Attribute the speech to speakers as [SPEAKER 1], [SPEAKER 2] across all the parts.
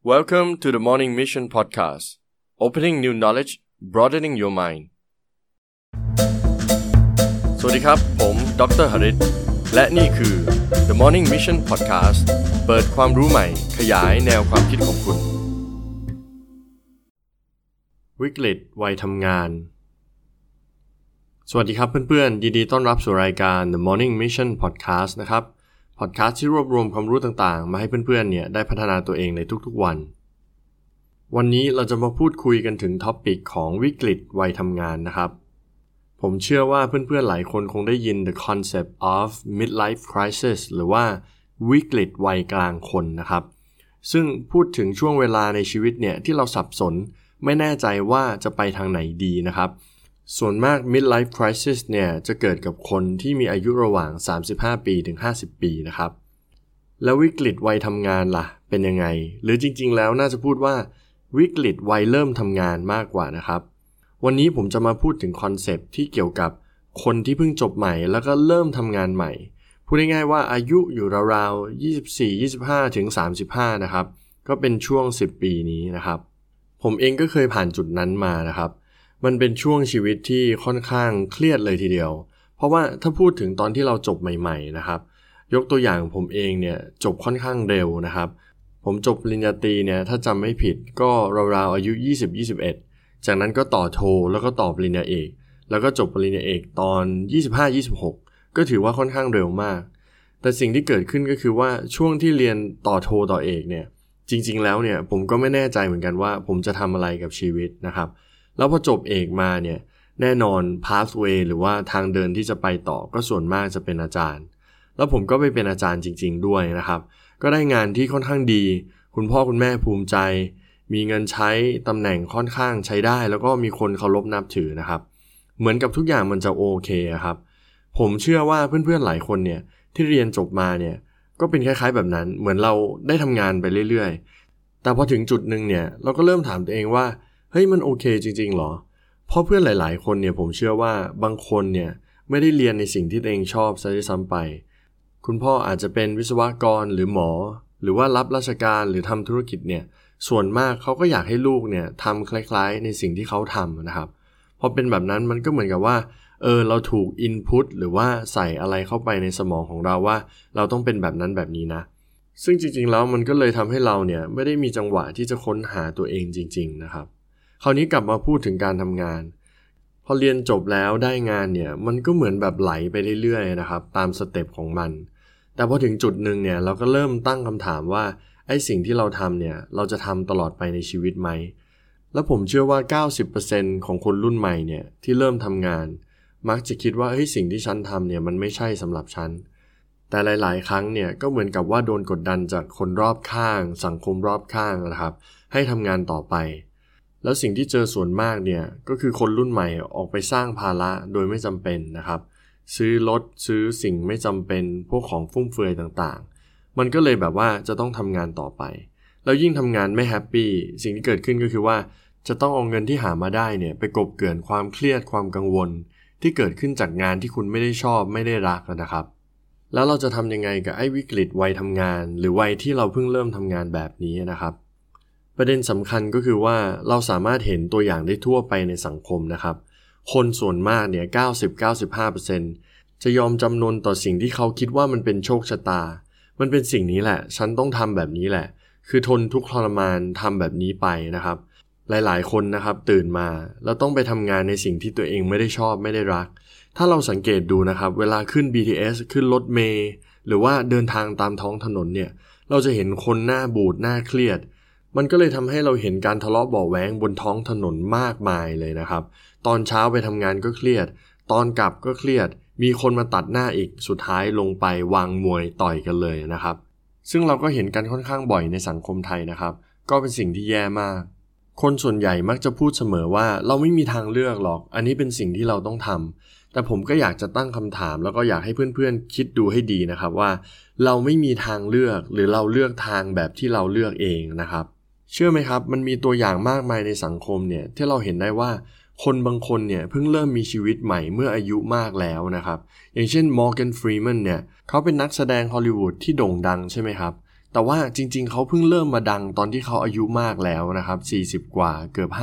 [SPEAKER 1] Welcome to the Morning Mission Podcast. Opening new knowledge, broadening your mind. สวัสดีครับผมดร.หริตและนี่คือ The Morning Mission Podcast เปิดความรู้ใหม่ขยายแนวความคิดของคุณวิกฤตวัยทำงานสวัสดีครับเพื่อนๆยินดีต้อนรับสู่รายการ The Morning Mission Podcast นะครับพอดแคสต์ที่รวบรวมความรู้ต่างๆมาให้เพื่อนๆเนี่ยได้พัฒนาตัวเองในทุกๆวันนี้เราจะมาพูดคุยกันถึงท็อปิกของวิกฤตวัยทำงานนะครับผมเชื่อว่าเพื่อนๆหลายคนคงได้ยิน the concept of midlife crisis หรือว่าวิกฤตวัยกลางคนนะครับซึ่งพูดถึงช่วงเวลาในชีวิตเนี่ยที่เราสับสนไม่แน่ใจว่าจะไปทางไหนดีนะครับส่วนมาก midlife crisis เนี่ยจะเกิดกับคนที่มีอายุระหว่าง35ปีถึง50ปีนะครับแล้ววิกฤตวัยทำงานล่ะเป็นยังไงหรือจริงๆแล้วน่าจะพูดว่าวิกฤตวัยเริ่มทำงานมากกว่านะครับวันนี้ผมจะมาพูดถึงคอนเซปต์ที่เกี่ยวกับคนที่เพิ่งจบใหม่แล้วก็เริ่มทำงานใหม่พูดง่ายๆว่าอายุอยู่ราวๆ24-25ถึง35นะครับก็เป็นช่วง10ปีนี้นะครับผมเองก็เคยผ่านจุดนั้นมานะครับมันเป็นช่วงชีวิตที่ค่อนข้างเครียดเลยทีเดียวเพราะว่าถ้าพูดถึงตอนที่เราจบใหม่ๆนะครับยกตัวอย่างผมเองเนี่ยจบค่อนข้างเร็วนะครับผมจบปริญญาตรีเนี่ยถ้าจำไม่ผิดก็ราวๆอายุ20-21จากนั้นก็ต่อโทแล้วก็ต่อปริญญาเอกแล้วก็จบปริญญาเอกตอน25-26ก็ถือว่าค่อนข้างเร็วมากแต่สิ่งที่เกิดขึ้นก็คือว่าช่วงที่เรียนต่อโทต่อเอกเนี่ยจริงๆแล้วเนี่ยผมก็ไม่แน่ใจเหมือนกันว่าผมจะทำอะไรกับชีวิตนะครับแล้วพอจบเอกมาเนี่ยแน่นอน pathway หรือว่าทางเดินที่จะไปต่อก็ส่วนมากจะเป็นอาจารย์แล้วผมก็ไปเป็นอาจารย์จริงๆด้วยนะครับก็ได้งานที่ค่อนข้างดีคุณพ่อคุณแม่ภูมิใจมีเงินใช้ตำแหน่งค่อนข้างใช้ได้แล้วก็มีคนเคารพนับถือนะครับเหมือนกับทุกอย่างมันจะโอเคครับผมเชื่อว่าเพื่อนๆหลายคนเนี่ยที่เรียนจบมาเนี่ยก็เป็นคล้ายๆแบบนั้นเหมือนเราได้ทำงานไปเรื่อยๆแต่พอถึงจุดนึงเนี่ยเราก็เริ่มถามตัวเองว่าเฮ้ยมันโอเคจริงๆหรอเพราะเพื่อนหลายๆคนเนี่ยผมเชื่อว่าบางคนเนี่ยไม่ได้เรียนในสิ่งที่ตัวเองชอบซะด้วยซ้ำไปคุณพ่ออาจจะเป็นวิศวกรหรือหมอหรือว่ารับราชการหรือทำธุรกิจเนี่ยส่วนมากเขาก็อยากให้ลูกเนี่ยทำคล้ายๆในสิ่งที่เขาทำนะครับพอเป็นแบบนั้นมันก็เหมือนกับว่าเราถูกอินพุตหรือว่าใส่อะไรเข้าไปในสมองของเราว่าเราต้องเป็นแบบนั้นแบบนี้นะซึ่งจริงๆแล้วมันก็เลยทำให้เราเนี่ยไม่ได้มีจังหวะที่จะค้นหาตัวเองจริงๆนะครับคราวนี้กลับมาพูดถึงการทำงานพอเรียนจบแล้วได้งานเนี่ยมันก็เหมือนแบบไหลไปเรื่อยๆนะครับตามสเต็ปของมันแต่พอถึงจุดนึงเนี่ยเราก็เริ่มตั้งคำถามว่าไอ้สิ่งที่เราทำเนี่ยเราจะทำตลอดไปในชีวิตไหมแล้วผมเชื่อว่า 90% ของคนรุ่นใหม่เนี่ยที่เริ่มทำงานมักจะคิดว่าเฮ้ยสิ่งที่ฉันทำเนี่ยมันไม่ใช่สำหรับฉันแต่หลายๆครั้งเนี่ยก็เหมือนกับว่าโดนกดดันจากคนรอบข้างสังคมรอบข้างนะครับให้ทำงานต่อไปแล้วสิ่งที่เจอส่วนมากเนี่ยก็คือคนรุ่นใหม่ออกไปสร้างภาระโดยไม่จำเป็นนะครับซื้อรถซื้อสิ่งไม่จำเป็นพวกของฟุ่มเฟือยต่างๆมันก็เลยแบบว่าจะต้องทำงานต่อไปแล้วยิ่งทำงานไม่แฮปปี้สิ่งที่เกิดขึ้นก็คือว่าจะต้องเอาเงินที่หามาได้เนี่ยไปกลบเกลื่อนความเครียดความกังวลที่เกิดขึ้นจากงานที่คุณไม่ได้ชอบไม่ได้รักนะครับแล้วเราจะทำยังไงกับไอ้วิกฤตวัยทำงานหรือวัยที่เราเพิ่งเริ่มทำงานแบบนี้นะครับประเด็นสำคัญก็คือว่าเราสามารถเห็นตัวอย่างได้ทั่วไปในสังคมนะครับคนส่วนมากเนี่ย 90-95% จะยอมจำนนต่อสิ่งที่เขาคิดว่ามันเป็นโชคชะตามันเป็นสิ่งนี้แหละฉันต้องทำแบบนี้แหละคือทนทุกข์ทรมานทำแบบนี้ไปนะครับหลายๆคนนะครับตื่นมาแล้วต้องไปทำงานในสิ่งที่ตัวเองไม่ได้ชอบไม่ได้รักถ้าเราสังเกตดูนะครับเวลาขึ้น BTS ขึ้นรถเมล์หรือว่าเดินทางตามท้องถนนเนี่ยเราจะเห็นคนหน้าบูดหน้าเครียดมันก็เลยทำให้เราเห็นการทะเลาะเบาะแว้งบนท้องถนนมากมายเลยนะครับตอนเช้าไปทำงานก็เครียดตอนกลับก็เครียดมีคนมาตัดหน้าอีกสุดท้ายลงไปวางมวยต่อยกันเลยนะครับซึ่งเราก็เห็นกันค่อนข้างบ่อยในสังคมไทยนะครับก็เป็นสิ่งที่แย่มากคนส่วนใหญ่มักจะพูดเสมอว่าเราไม่มีทางเลือกหรอกอันนี้เป็นสิ่งที่เราต้องทำแต่ผมก็อยากจะตั้งคำถามแล้วก็อยากให้เพื่อนๆคิดดูให้ดีนะครับว่าเราไม่มีทางเลือกหรือเราเลือกทางแบบที่เราเลือกเองนะครับเชื่อไหมครับมันมีตัวอย่างมากมายในสังคมเนี่ยที่เราเห็นได้ว่าคนบางคนเนี่ยเพิ่งเริ่มมีชีวิตใหม่เมื่ออายุมากแล้วนะครับอย่างเช่น Morgan Freeman เนี่ยเขาเป็นนักแสดงฮอลลีวูดที่โด่งดังใช่ไหมครับแแต่ว่าจริงๆเขาเพิ่งเริ่มมาดังตอนที่เขาอายุมากแล้วนะครับ40กว่าเกือบ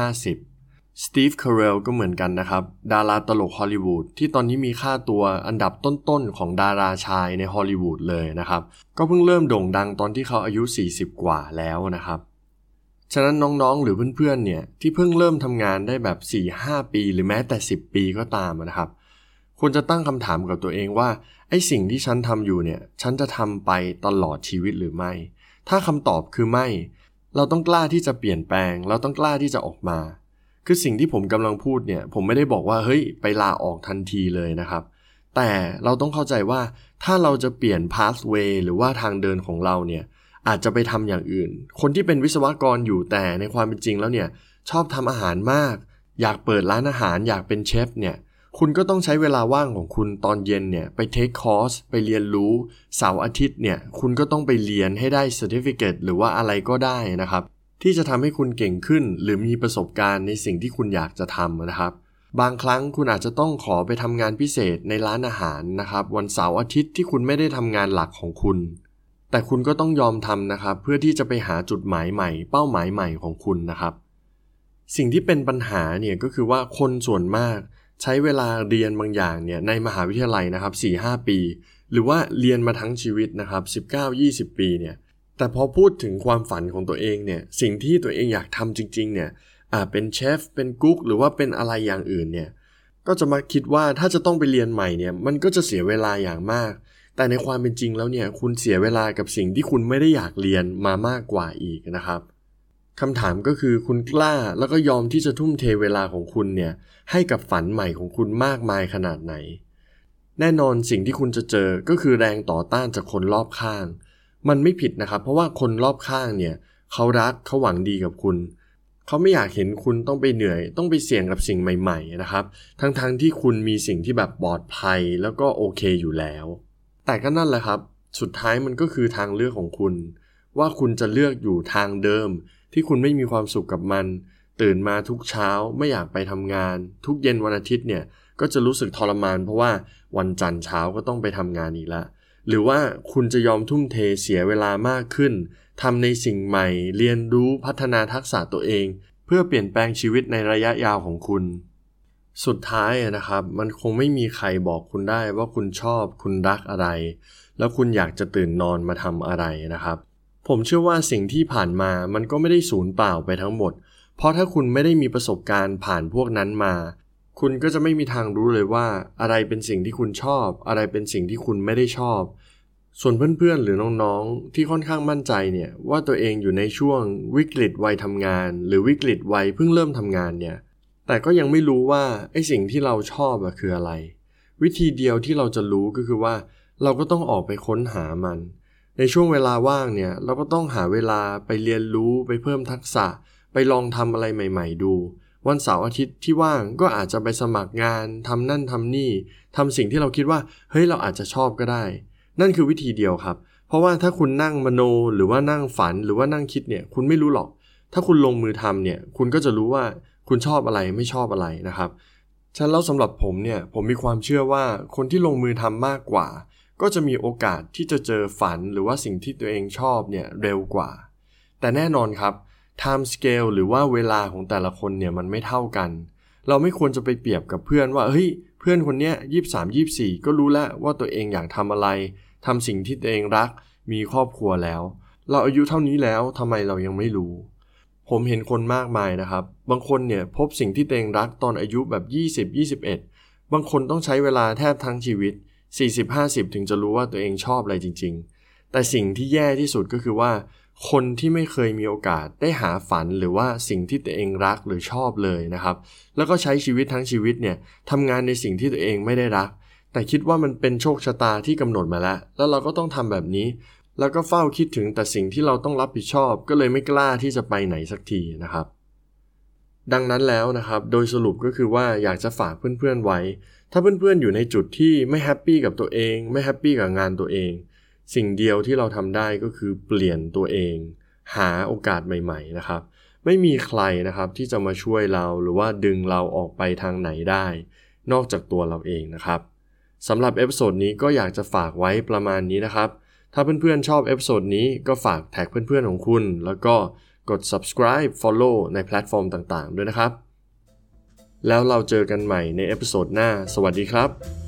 [SPEAKER 1] 50สตีฟคาร์เรลก็เหมือนกันนะครับดาราตลกฮอลลีวูดที่ตอนนี้มีค่าตัวอันดับต้นๆของดาราชายในฮอลลีวูดเลยนะครับก็เพิ่งเริ่มโด่งดังตอนที่เขาอายุ40กว่าแล้วนะครับฉะนั้นน้องๆหรือเพื่อนๆเนี่ยที่เพิ่งเริ่มทำงานได้แบบ 4-5 ปีหรือแม้แต่10ปีก็ตามนะครับควรจะตั้งคำถามกับตัวเองว่าไอ้สิ่งที่ฉันทำอยู่เนี่ยฉันจะทำไปตลอดชีวิตหรือไม่ถ้าคำตอบคือไม่เราต้องกล้าที่จะเปลี่ยนแปลงเราต้องกล้าที่จะออกมาคือสิ่งที่ผมกำลังพูดเนี่ยผมไม่ได้บอกว่าเฮ้ยไปลาออกทันทีเลยนะครับแต่เราต้องเข้าใจว่าถ้าเราจะเปลี่ยน pathway หรือว่าทางเดินของเราเนี่ยอาจจะไปทำอย่างอื่นคนที่เป็นวิศวกรอยู่แต่ในความเป็นจริงแล้วเนี่ยชอบทำอาหารมากอยากเปิดร้านอาหารอยากเป็นเชฟเนี่ยคุณก็ต้องใช้เวลาว่างของคุณตอนเย็นเนี่ยไปเทคคอร์สไปเรียนรู้เสาร์อาทิตย์เนี่ยคุณก็ต้องไปเรียนให้ได้ Certificate หรือว่าอะไรก็ได้นะครับที่จะทำให้คุณเก่งขึ้นหรือมีประสบการณ์ในสิ่งที่คุณอยากจะทำนะครับบางครั้งคุณอาจจะต้องขอไปทำงานพิเศษในร้านอาหารนะครับวันเสาร์อาทิตย์ที่คุณไม่ได้ทำงานหลักของคุณแต่คุณก็ต้องยอมทำนะครับเพื่อที่จะไปหาจุดหมายใหม่เป้าหมายใหม่ของคุณนะครับสิ่งที่เป็นปัญหาเนี่ยก็คือว่าคนส่วนมากใช้เวลาเรียนบางอย่างเนี่ยในมหาวิทยาลัยนะครับ 4-5 ปีหรือว่าเรียนมาทั้งชีวิตนะครับ 19-20 ปีเนี่ยแต่พอพูดถึงความฝันของตัวเองเนี่ยสิ่งที่ตัวเองอยากทำจริงๆเนี่ยเป็นเชฟเป็นกุ๊กหรือว่าเป็นอะไรอย่างอื่นเนี่ยก็จะมาคิดว่าถ้าจะต้องไปเรียนใหม่เนี่ยมันก็จะเสียเวลาอย่างมากแต่ในความเป็นจริงแล้วเนี่ยคุณเสียเวลากับสิ่งที่คุณไม่ได้อยากเรียนมามากกว่าอีกนะครับคำถามก็คือคุณกล้าแล้วก็ยอมที่จะทุ่มเทเวลาของคุณเนี่ยให้กับฝันใหม่ของคุณมากมายขนาดไหนแน่นอนสิ่งที่คุณจะเจอก็คือแรงต่อต้านจากคนรอบข้างมันไม่ผิดนะครับเพราะว่าคนรอบข้างเนี่ยเขารักเขาหวังดีกับคุณเขาไม่อยากเห็นคุณต้องไปเหนื่อยต้องไปเสี่ยงกับสิ่งใหม่ๆนะครับทั้งที่คุณมีสิ่งที่แบบปลอดภัยแล้วก็โอเคอยู่แล้วแต่ก็นั่นแหละครับสุดท้ายมันก็คือทางเลือกของคุณว่าคุณจะเลือกอยู่ทางเดิมที่คุณไม่มีความสุขกับมันตื่นมาทุกเช้าไม่อยากไปทำงานทุกเย็นวันอาทิตย์เนี่ยก็จะรู้สึกทรมานเพราะว่าวันจันทร์เช้าก็ต้องไปทำงานอีกแล้วหรือว่าคุณจะยอมทุ่มเทเสียเวลามากขึ้นทำในสิ่งใหม่เรียนรู้พัฒนาทักษะตัวเองเพื่อเปลี่ยนแปลงชีวิตในระยะยาวของคุณสุดท้ายนะครับมันคงไม่มีใครบอกคุณได้ว่าคุณชอบคุณรักอะไรแล้วคุณอยากจะตื่นนอนมาทำอะไรนะครับผมเชื่อว่าสิ่งที่ผ่านมามันก็ไม่ได้สูญเปล่าไปทั้งหมดเพราะถ้าคุณไม่ได้มีประสบการณ์ผ่านพวกนั้นมาคุณก็จะไม่มีทางรู้เลยว่าอะไรเป็นสิ่งที่คุณชอบอะไรเป็นสิ่งที่คุณไม่ได้ชอบส่วนเพื่อนๆหรือน้องๆที่ค่อนข้างมั่นใจเนี่ยว่าตัวเองอยู่ในช่วงวิกฤตวัยทำงานหรือวิกฤตวัยเพิ่งเริ่มทำงานเนี่ยแต่ก็ยังไม่รู้ว่าไอ้สิ่งที่เราชอบคืออะไรวิธีเดียวที่เราจะรู้ก็คือว่าเราก็ต้องออกไปค้นหามันในช่วงเวลาว่างเนี่ยเราก็ต้องหาเวลาไปเรียนรู้ไปเพิ่มทักษะไปลองทำอะไรใหม่ๆดูวันเสาร์อาทิตย์ที่ว่างก็อาจจะไปสมัครงานทำนั่นทำนี่ทำสิ่งที่เราคิดว่าเฮ้ยเราอาจจะชอบก็ได้นั่นคือวิธีเดียวครับเพราะว่าถ้าคุณนั่งมโนหรือว่านั่งฝันหรือว่านั่งคิดเนี่ยคุณไม่รู้หรอกถ้าคุณลงมือทำเนี่ยคุณก็จะรู้ว่าคุณชอบอะไรไม่ชอบอะไรนะครับฉะนั้นแล้วสำหรับผมเนี่ยผมมีความเชื่อว่าคนที่ลงมือทำมากกว่าก็จะมีโอกาสที่จะเจอฝันหรือว่าสิ่งที่ตัวเองชอบเนี่ยเร็วกว่าแต่แน่นอนครับ time scale หรือว่าเวลาของแต่ละคนเนี่ยมันไม่เท่ากันเราไม่ควรจะไปเปรียบกับเพื่อนว่าเฮ้ยเพื่อนคนเนี้ย23-24ก็รู้แล้วว่าตัวเองอยากทำอะไรทำสิ่งที่ตัวเองรักมีครอบครัวแล้วเราอายุเท่านี้แล้วทำไมเรายังไม่รู้ผมเห็นคนมากมายนะครับบางคนเนี่ยพบสิ่งที่ตัวเองรักตอนอายุแบบ20-21บางคนต้องใช้เวลาแทบทั้งชีวิต40-50ถึงจะรู้ว่าตัวเองชอบอะไรจริงๆแต่สิ่งที่แย่ที่สุดก็คือว่าคนที่ไม่เคยมีโอกาสได้หาฝันหรือว่าสิ่งที่ตัวเองรักหรือชอบเลยนะครับแล้วก็ใช้ชีวิตทั้งชีวิตเนี่ยทำงานในสิ่งที่ตัวเองไม่ได้รักแต่คิดว่ามันเป็นโชคชะตาที่กำหนดมาแล้วเราก็ต้องทำแบบนี้แล้วก็เฝ้าคิดถึงแต่สิ่งที่เราต้องรับผิดชอบก็เลยไม่กล้าที่จะไปไหนสักทีนะครับดังนั้นแล้วนะครับโดยสรุปก็คือว่าอยากจะฝากเพื่อนๆไว้ถ้าเพื่อนๆอยู่ในจุดที่ไม่แฮปปี้กับตัวเองไม่แฮปปี้กับงานตัวเองสิ่งเดียวที่เราทำได้ก็คือเปลี่ยนตัวเองหาโอกาสใหม่ๆนะครับไม่มีใครนะครับที่จะมาช่วยเราหรือว่าดึงเราออกไปทางไหนได้นอกจากตัวเราเองนะครับสำหรับเอพิโซดนี้ก็อยากจะฝากไว้ประมาณนี้นะครับถ้าเพื่อนๆชอบเอพิโซดนี้ก็ฝากแท็กเพื่อนๆของคุณแล้วก็กด subscribe follow ในแพลตฟอร์มต่างๆด้วยนะครับแล้วเราเจอกันใหม่ในเอพิโซดหน้าสวัสดีครับ